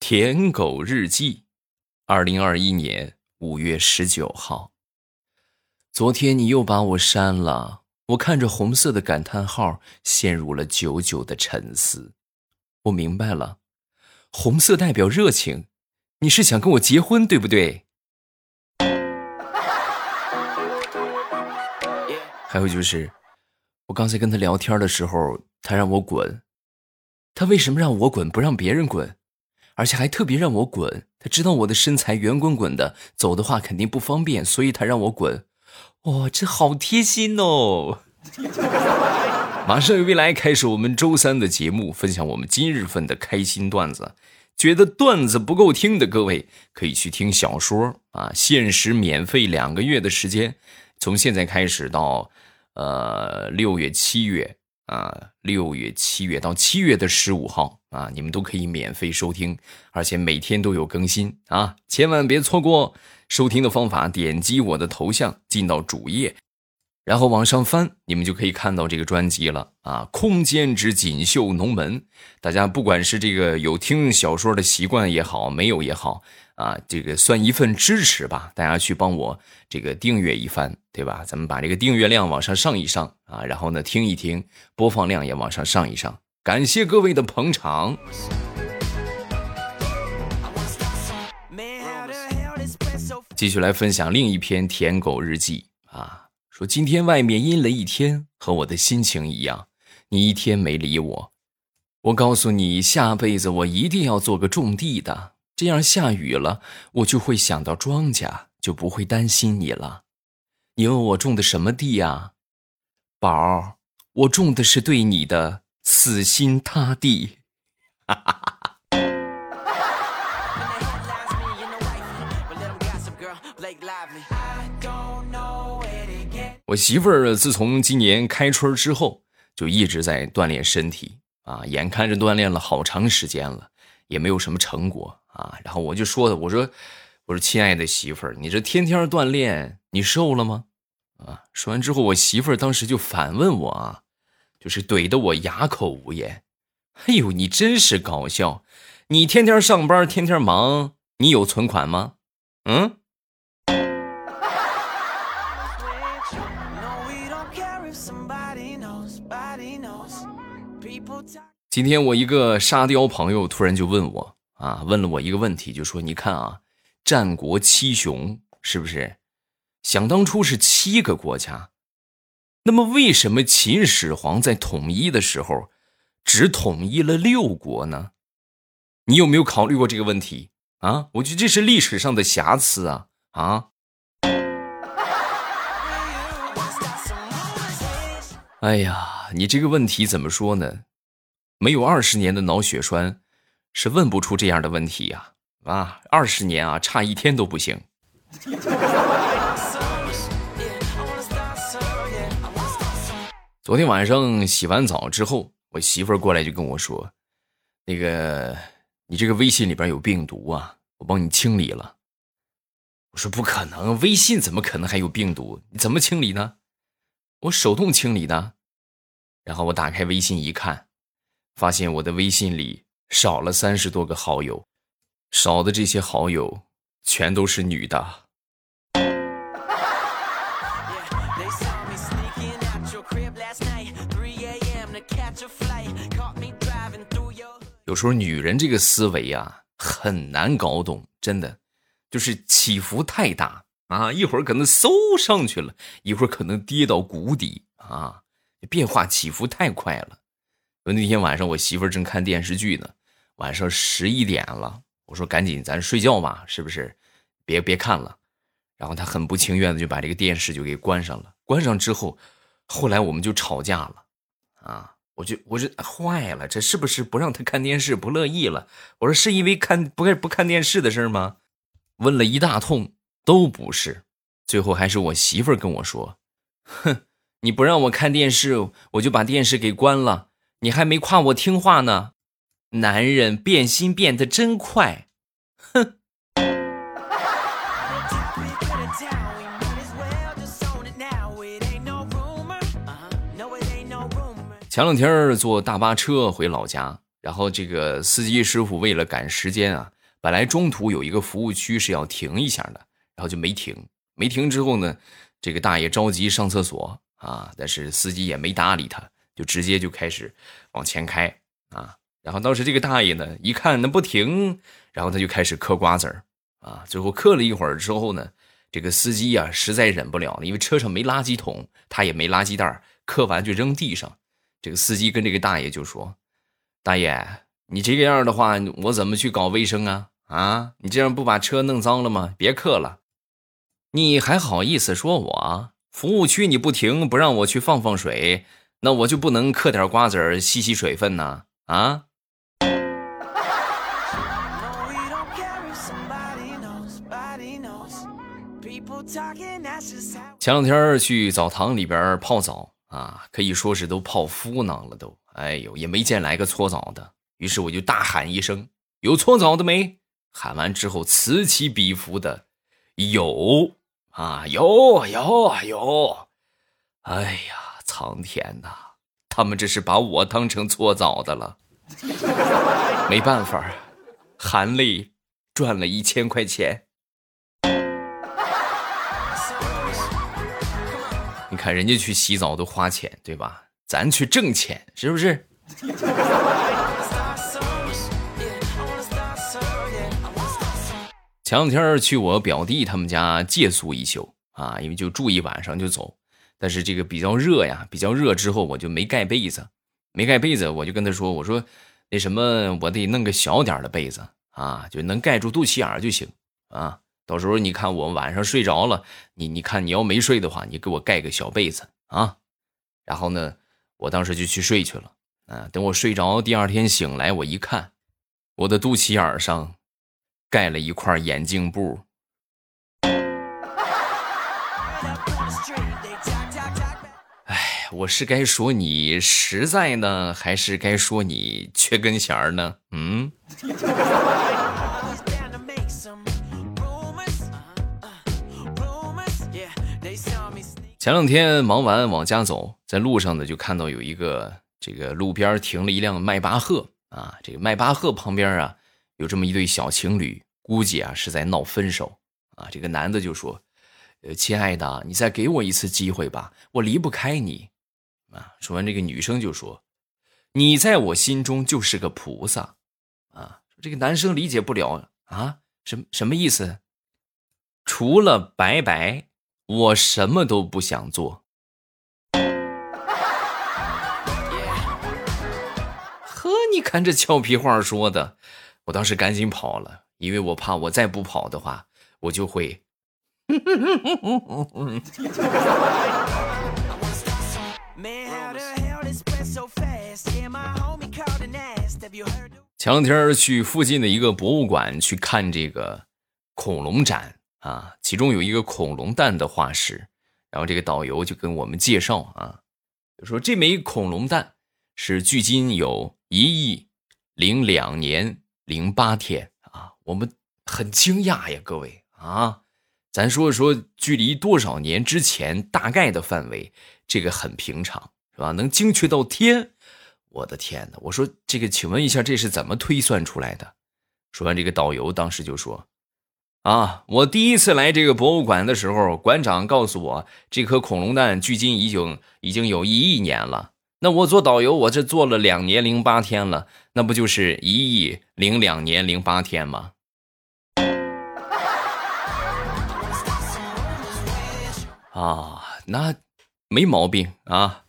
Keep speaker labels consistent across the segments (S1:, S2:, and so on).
S1: 舔狗日记，2021年5月19号。昨天你又把我删了，我看着红色的感叹号，陷入了久久的沉思。我明白了，红色代表热情，你是想跟我结婚，对不对？还有就是，我刚才跟他聊天的时候，他让我滚。他为什么让我滚，不让别人滚？而且还特别让我滚，他知道我的身材圆滚滚的，走的话肯定不方便，所以他让我滚。哇，这好贴心哦！马上由未来开始我们周三的节目，分享我们今日份的开心段子。觉得段子不够听的各位，可以去听小说啊，限时免费2个月的时间，从现在开始到6月、7月啊，6月、7月到7月的15号啊，你们都可以免费收听，而且每天都有更新啊，千万别错过。收听的方法，点击我的头像进到主页，然后往上翻，你们就可以看到这个专辑了啊！空间之锦绣龙门，大家不管是这个有听小说的习惯也好，没有也好啊，这个算一份支持吧，大家去帮我这个订阅一番，对吧？咱们把这个订阅量往上上一上啊，然后呢听一听，播放量也往上上一上，感谢各位的捧场。继续来分享另一篇舔狗日记啊，说今天外面阴了一天，和我的心情一样，你一天没理我。我告诉你，下辈子我一定要做个种地的，这样下雨了，我就会想到庄稼，就不会担心你了。你问我种的什么地啊？宝儿，我种的是对你的死心塌地。哈哈哈。我媳妇儿自从今年开春之后，就一直在锻炼身体啊，眼看着锻炼了好长时间了，也没有什么成果啊。然后我就说的，我说亲爱的媳妇儿，你这天天锻炼，你瘦了吗？啊，说完之后，我媳妇儿当时就反问我啊，就是怼得我哑口无言。哎呦，你真是搞笑！你天天上班，天天忙，你有存款吗？嗯？今天我一个沙雕朋友突然就问我啊，问了我一个问题，就说你看啊，战国7雄是不是？想当初是7个国家，那么为什么秦始皇在统一的时候只统一了6国呢？你有没有考虑过这个问题啊？我觉得这是历史上的瑕疵啊啊！哎呀，你这个问题怎么说呢？没有20年的脑血栓是问不出这样的问题呀！啊，20年啊，差1天都不行。昨天晚上洗完澡之后，我媳妇儿过来就跟我说，那个你这个微信里边有病毒啊，我帮你清理了。我说不可能，微信怎么可能还有病毒？你怎么清理呢？我手动清理的。然后我打开微信一看，发现我的微信里少了30多个好友，少的这些好友全都是女的。有时候女人这个思维啊很难搞懂，真的就是起伏太大啊，一会儿可能嗖上去了，一会儿可能跌到谷底啊，变化起伏太快了。那天晚上我媳妇儿正看电视剧呢，晚上11点了，我说赶紧咱睡觉吧，是不是？别看了。然后她很不情愿的就把这个电视就给关上了。关上之后，后来我们就吵架了啊。我就坏了，这是不是不让她看电视不乐意了？我说是因为不看电视的事吗？问了一大通都不是，最后还是我媳妇儿跟我说，哼，你不让我看电视，我就把电视给关了，你还没夸我听话呢。男人变心变得真快，哼。前两天坐大巴车回老家，然后这个司机师傅为了赶时间啊， 本来中途有一个服务区是要停一下的，然后就没停。没停之后呢，这个大爷着急上厕所啊，但是司机也没搭理他，就直接就开始往前开啊。然后当时这个大爷呢，一看那不停，然后他就开始嗑瓜子儿啊。最后嗑了一会儿之后呢，这个司机啊实在忍不了了，因为车上没垃圾桶，他也没垃圾袋，嗑完就扔地上。这个司机跟这个大爷就说：“大爷，你这个样的话，我怎么去搞卫生啊？啊，你这样不把车弄脏了吗？别嗑了，你还好意思说我？服务区你不停，不让我去放水，那我就不能嗑点瓜子儿吸水分呢？啊？”前两天去澡堂里边泡澡啊，可以说是都泡敷囊了都，哎呦，也没见来个搓澡的，于是我就大喊一声：“有搓澡的没？”喊完之后此起彼伏的有啊，有，哎呀，苍天呐，他们这是把我当成搓澡的了。没办法，含泪赚了1000块钱。你看人家去洗澡都花钱，对吧？咱去挣钱，是不是？前两天去我表弟他们家借宿一宿啊，因为就住一晚上就走。但是这个比较热呀，比较热之后我就没盖被子，我就跟他说，我说那什么，我得弄个小点的被子啊，就能盖住肚脐眼就行啊。到时候你看我晚上睡着了，你看你要没睡的话，你给我盖个小被子啊。然后呢，我当时就去睡去了啊。等我睡着，第二天醒来，我一看，我的肚脐眼上盖了一块眼镜布。哎，我是该说你实在呢，还是该说你缺根弦呢？嗯。前两天忙完往家走，在路上呢就看到有一个这个路边停了一辆迈巴赫啊，这个迈巴赫旁边啊有这么一对小情侣，估计啊是在闹分手啊。这个男的就说：“亲爱的，你再给我一次机会吧，我离不开你。”啊，说完这个女生就说：“你在我心中就是个菩萨。”啊，这个男生理解不了啊，什么意思？除了拜拜，我什么都不想做。呵，你看这俏皮话说的，我当时赶紧跑了，因为我怕我再不跑的话，我就会。前两天去附近的一个博物馆去看这个恐龙展啊，其中有一个恐龙蛋的化石，然后这个导游就跟我们介绍啊，就说这枚恐龙蛋是距今有1亿02年08天啊，我们很惊讶呀，各位啊，咱说距离多少年之前大概的范围，这个很平常是吧？能精确到天，我的天哪！我说这个，请问一下，这是怎么推算出来的？说完，这个导游当时就说：“啊，我第一次来这个博物馆的时候，馆长告诉我，这颗恐龙蛋距今已经有1亿年了。那我做导游，我这做了2年08天了，那不就是1亿02年08天吗？”啊，那没毛病啊。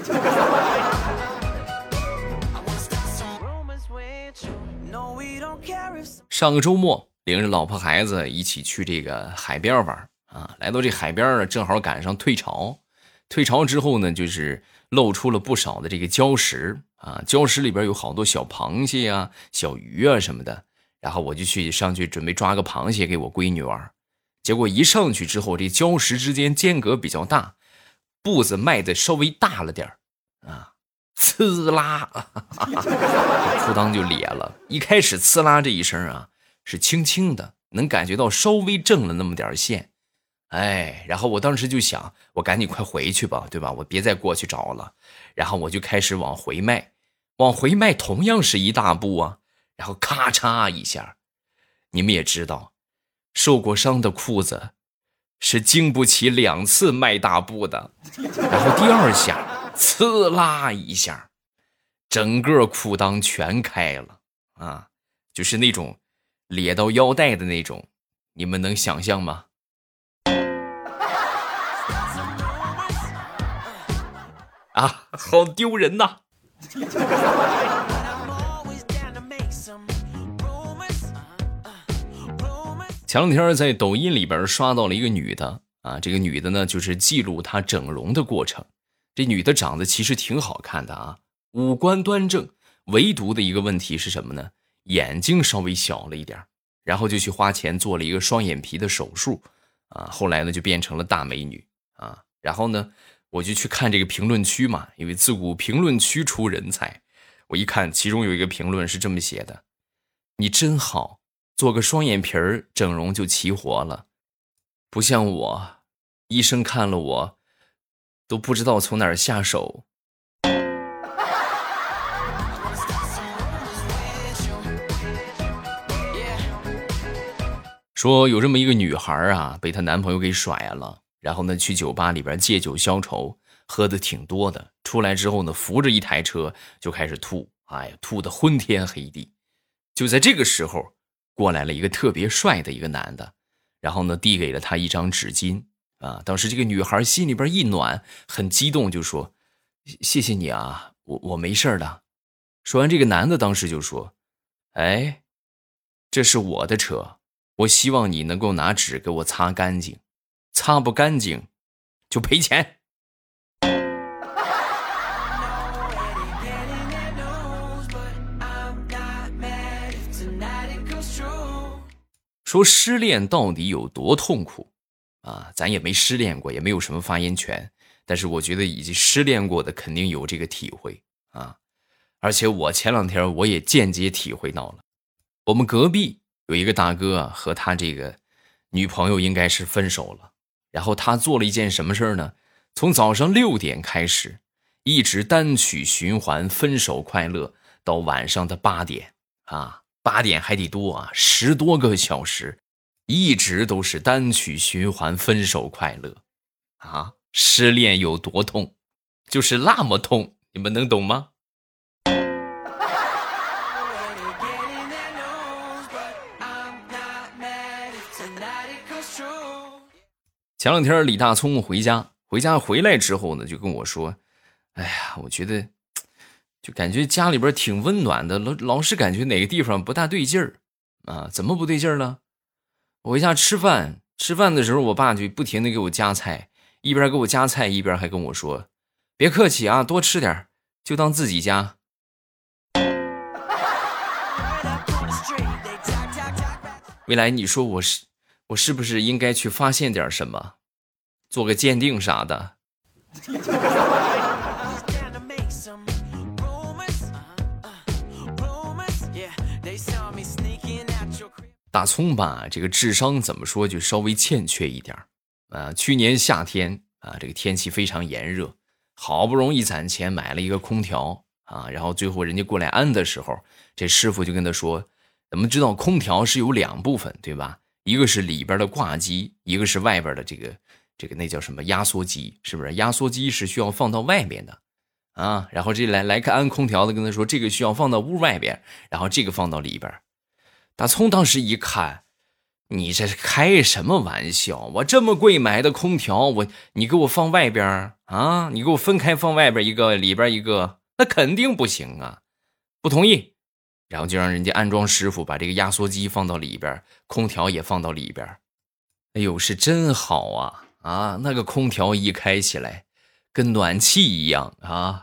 S1: 上个周末领着老婆孩子一起去这个海边玩啊，来到这海边呢，正好赶上退潮。退潮之后呢，就是露出了不少的这个礁石啊，礁石里边有好多小螃蟹啊、小鱼啊什么的。然后我就上去准备抓个螃蟹给我闺女玩，结果一上去之后，这礁石之间间隔比较大，步子迈的稍微大了点啊，呲啦，裤裆就裂了。一开始呲啦这一声啊，是轻轻的，能感觉到稍微正了那么点线。哎，然后我当时就想，我赶紧快回去吧，对吧？我别再过去找了。然后我就开始往回迈，同样是一大步啊。然后咔嚓一下， 你们也知道，受过伤的裤子是经不起2次迈大步的。然后第2下，呲啦一下，整个裤裆全开了啊，就是那种咧到腰带的那种，你们能想象吗？啊，好丢人呐！前两天在抖音里边刷到了一个女的啊，这个女的呢就是记录她整容的过程。这女的长得其实挺好看的啊，五官端正，唯独的一个问题是什么呢？眼睛稍微小了一点，然后就去花钱做了一个双眼皮的手术啊，后来呢就变成了大美女啊。然后呢我就去看这个评论区嘛，因为自古评论区出人才。我一看其中有一个评论是这么写的：你真好，做个双眼皮儿整容就齐活了，不像我，医生看了我都不知道从哪儿下手。说有这么一个女孩啊，被她男朋友给甩了，然后呢去酒吧里边借酒消愁，喝的挺多的，出来之后呢扶着一台车就开始吐，哎呀，吐得昏天黑地。就在这个时候过来了一个特别帅的一个男的，然后呢递给了她一张纸巾啊。当时这个女孩心里边一暖，很激动，就说谢谢你啊，我没事的。说完这个男的当时就说，哎，这是我的车，我希望你能够拿纸给我擦干净，擦不干净就赔钱。说失恋到底有多痛苦啊？咱也没失恋过，也没有什么发言权，但是我觉得已经失恋过的肯定有这个体会啊。而且我前两天我也间接体会到了，我们隔壁有一个大哥啊，和他这个女朋友应该是分手了，然后他做了一件什么事呢？从早上6点开始，一直单曲循环分手快乐到晚上的8点啊，8点还得多啊，10多个小时，一直都是单曲循环分手快乐啊。失恋有多痛，就是那么痛，你们能懂吗？前两天李大聪回家回来之后呢，就跟我说，哎呀，我觉得就感觉家里边挺温暖的，老是感觉哪个地方不大对劲儿啊。怎么不对劲儿呢？我回家吃饭的时候，我爸就不停地给我夹菜，一边给我夹菜一边还跟我说，别客气啊，多吃点，就当自己家。未来你说我是不是应该去发现点什么，做个鉴定啥的？大葱吧，这个智商怎么说就稍微欠缺一点啊。去年夏天啊，这个天气非常炎热，好不容易攒钱买了一个空调啊，然后最后人家过来安的时候，这师傅就跟他说，咱们知道空调是有2部分，对吧？一个是里边的挂机，一个是外边的这个那叫什么压缩机，是不是？压缩机是需要放到外面的啊。然后这来个安空调的跟他说，这个需要放到屋外边，然后这个放到里边。大葱当时一看，你这是开什么玩笑？我这么贵买的空调，你给我放外边啊？你给我分开放外边一个，里边一个，那肯定不行啊！不同意。然后就让人家安装师傅把这个压缩机放到里边，空调也放到里边。哎呦，是真好啊！啊，那个空调一开起来，跟暖气一样啊！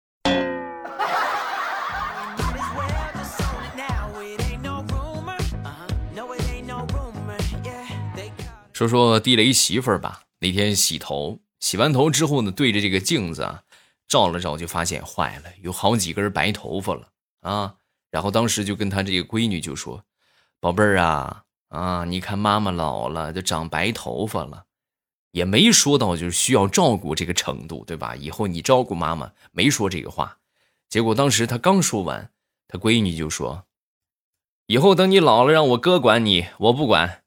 S1: 说说地雷媳妇儿吧，那天洗头，洗完头之后呢，对着这个镜子啊，照了照，就发现坏了，有好几根白头发了啊。然后当时就跟他这个闺女就说，宝贝儿啊，你看妈妈老了，就长白头发了，也没说到就是需要照顾这个程度，对吧？以后你照顾妈妈，没说这个话。结果当时他刚说完，他闺女就说， 以后等你老了让我哥管你，我不管。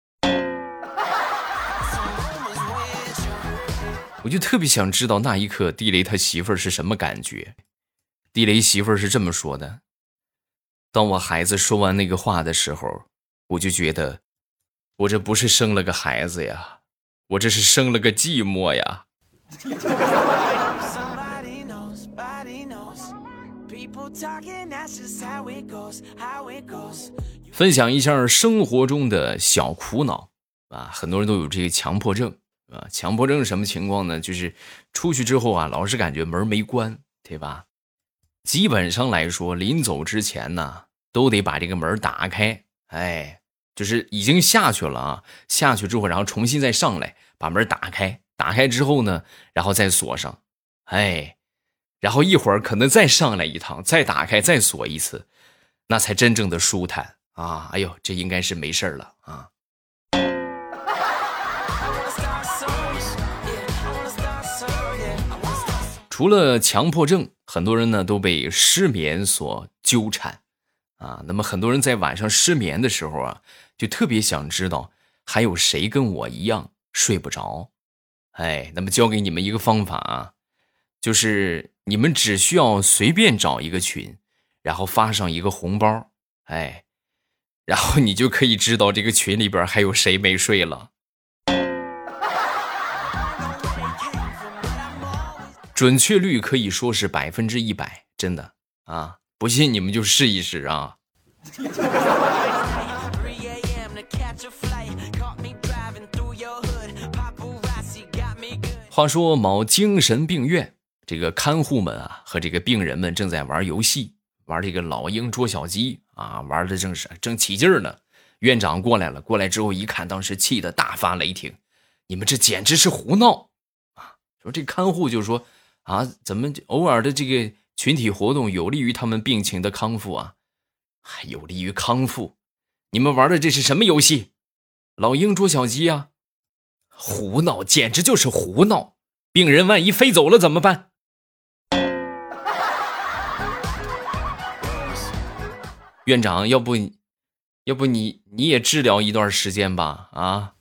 S1: 我就特别想知道那一刻地雷他媳妇儿是什么感觉。地雷媳妇儿是这么说的：当我孩子说完那个话的时候，我就觉得我这不是生了个孩子呀，我这是生了个寂寞呀。分享一下生活中的小苦恼啊，很多人都有这个强迫症啊。强迫症是什么情况呢？就是出去之后啊，老是感觉门没关，对吧？基本上来说，临走之前呢，都得把这个门打开。哎，就是已经下去了啊，下去之后，然后重新再上来，把门打开。打开之后呢，然后再锁上。哎，然后一会儿可能再上来一趟，再打开，再锁一次，那才真正的舒坦啊！哎呦，这应该是没事了啊。除了强迫症，很多人呢都被失眠所纠缠啊。那么很多人在晚上失眠的时候啊，就特别想知道还有谁跟我一样睡不着。哎，那么教给你们一个方法啊，就是你们只需要随便找一个群，然后发上一个红包，哎，然后你就可以知道这个群里边还有谁没睡了。准确率可以说是100%，真的啊！不信你们就试一试啊。话说某精神病院，这个看护们啊和这个病人们正在玩游戏，玩这个老鹰捉小鸡啊，玩的正起劲儿呢。院长过来了，过来之后一看，当时气得大发雷霆：“你们这简直是胡闹！”啊，说这看护就说：“啊，怎么偶尔的这个群体活动有利于他们病情的康复啊？还有利于康复？你们玩的这是什么游戏？老鹰捉小鸡啊？胡闹，简直就是胡闹！病人万一飞走了怎么办？”院长，要不你也治疗一段时间吧？啊？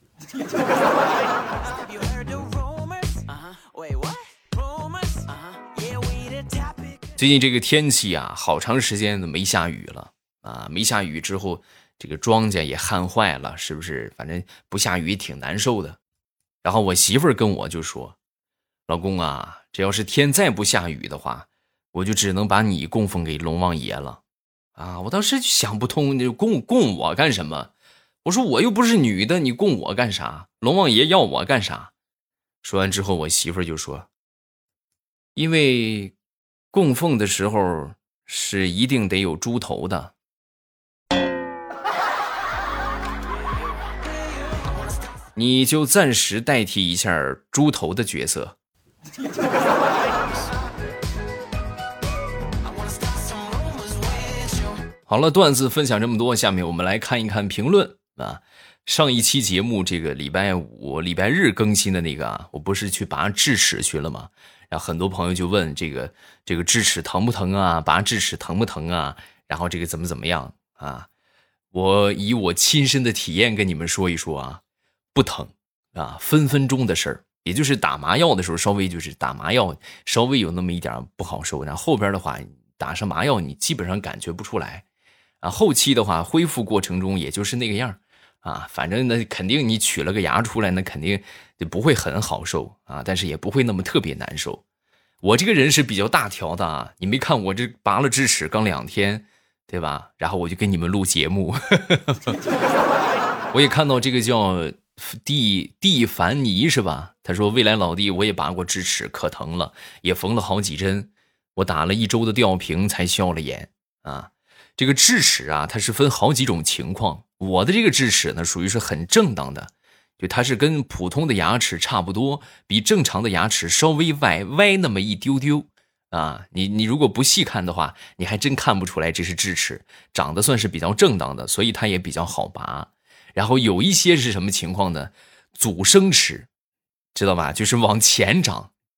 S1: 最近这个天气啊，好长时间都没下雨了啊！没下雨之后，这个庄稼也旱坏了，是不是？反正不下雨挺难受的。然后我媳妇儿跟我就说：“老公啊，这要是天再不下雨的话，我就只能把你供奉给龙王爷了。”啊！我当时想不通，你供我干什么？我说我又不是女的，你供我干啥？龙王爷要我干啥？说完之后，我媳妇儿就说：“因为供奉的时候是一定得有猪头的。”你就暂时代替一下猪头的角色。好了，段子分享这么多，下面我们来看一看评论啊。上一期节目这个礼拜日更新的那个啊，我不是去拔智齿去了吗？然后很多朋友就问这个智齿疼不疼啊？拔智齿疼不疼啊？然后这个怎么样啊？我以我亲身的体验跟你们说一说啊，不疼啊，分分钟的事儿。也就是打麻药的时候，稍微就是打麻药稍微有那么一点不好受，然后后边的话打上麻药你基本上感觉不出来啊。后期的话恢复过程中也就是那个样啊，反正呢肯定你取了个牙出来，那肯定就不会很好受啊，但是也不会那么特别难受。我这个人是比较大条的啊，你没看我这拔了智齿刚2天，对吧？然后我就跟你们录节目。我也看到这个叫蒂凡尼是吧？他说未来老弟，我也拔过智齿，可疼了，也缝了好几针，我打了1周的吊瓶才消了炎啊。这个智齿啊，它是分好几种情况，我的这个智齿呢属于是很正当的，就它是跟普通的牙齿差不多，比正常的牙齿稍微歪那么一丢丢啊。你如果不细看的话，你还真看不出来这是智齿，长得算是比较正当的，所以它也比较好拔。然后有一些是什么情况呢？阻生齿，知道吧？就是往前长，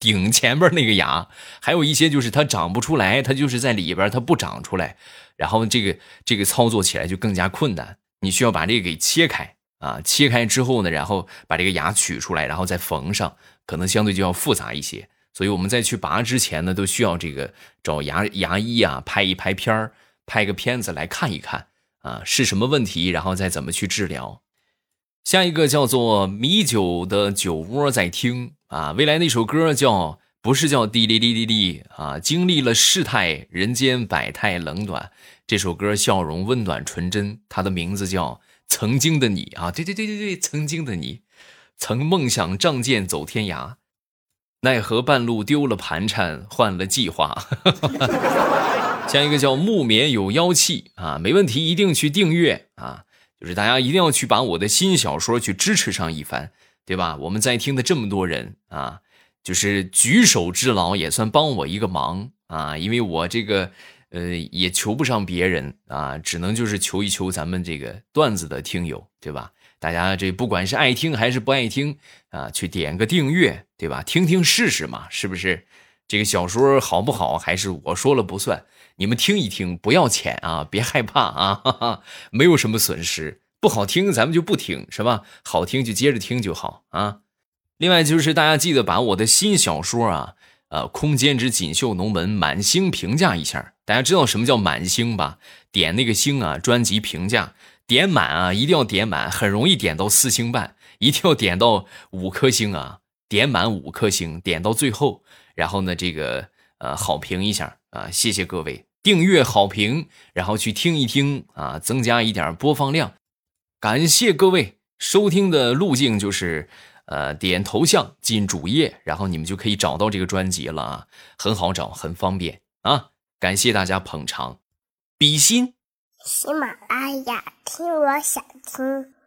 S1: 顶前边那个牙，还有一些就是它长不出来，它就是在里边它不长出来，然后这个操作起来就更加困难，你需要把这个给切开啊，切开之后呢，然后把这个牙取出来，然后再缝上，可能相对就要复杂一些。所以我们在去拔之前呢，都需要这个找牙医啊拍一拍片儿，拍个片子来看一看啊是什么问题，然后再怎么去治疗。下一个叫做米酒的酒窝在听啊，未来那首歌不是叫滴滴滴滴滴啊，经历了世态人间百态冷暖，这首歌笑容温暖纯真，它的名字叫曾经的你啊，对，曾经的你，曾梦想仗剑走天涯，奈何半路丢了盘缠换了计划。下一个叫木棉有妖气啊，没问题，一定去订阅啊，就是大家一定要去把我的新小说去支持上一番，对吧？我们在听的这么多人啊，就是举手之劳也算帮我一个忙啊，因为我这个也求不上别人啊，只能就是求一求咱们这个段子的听友，对吧？大家这不管是爱听还是不爱听啊，去点个订阅，对吧？听听试试嘛，是不是？这个小说好不好还是我说了不算，你们听一听，不要钱啊，别害怕啊，哈哈，没有什么损失。不好听咱们就不听，是吧？好听就接着听就好啊。另外就是大家记得把我的新小说啊，空间之锦绣龙门满星评价一下。大家知道什么叫满星吧？点那个星啊，专辑评价。点满啊，一定要点满，很容易点到4星半，一定要点到5颗星啊，点满5颗星，点到最后，然后呢，这个好评一下啊，谢谢各位，订阅好评，然后去听一听啊，增加一点播放量，感谢各位。收听的路径就是点头像进主页，然后你们就可以找到这个专辑了啊，很好找，很方便啊，感谢大家捧场，比心。
S2: 喜马拉雅，听我想听。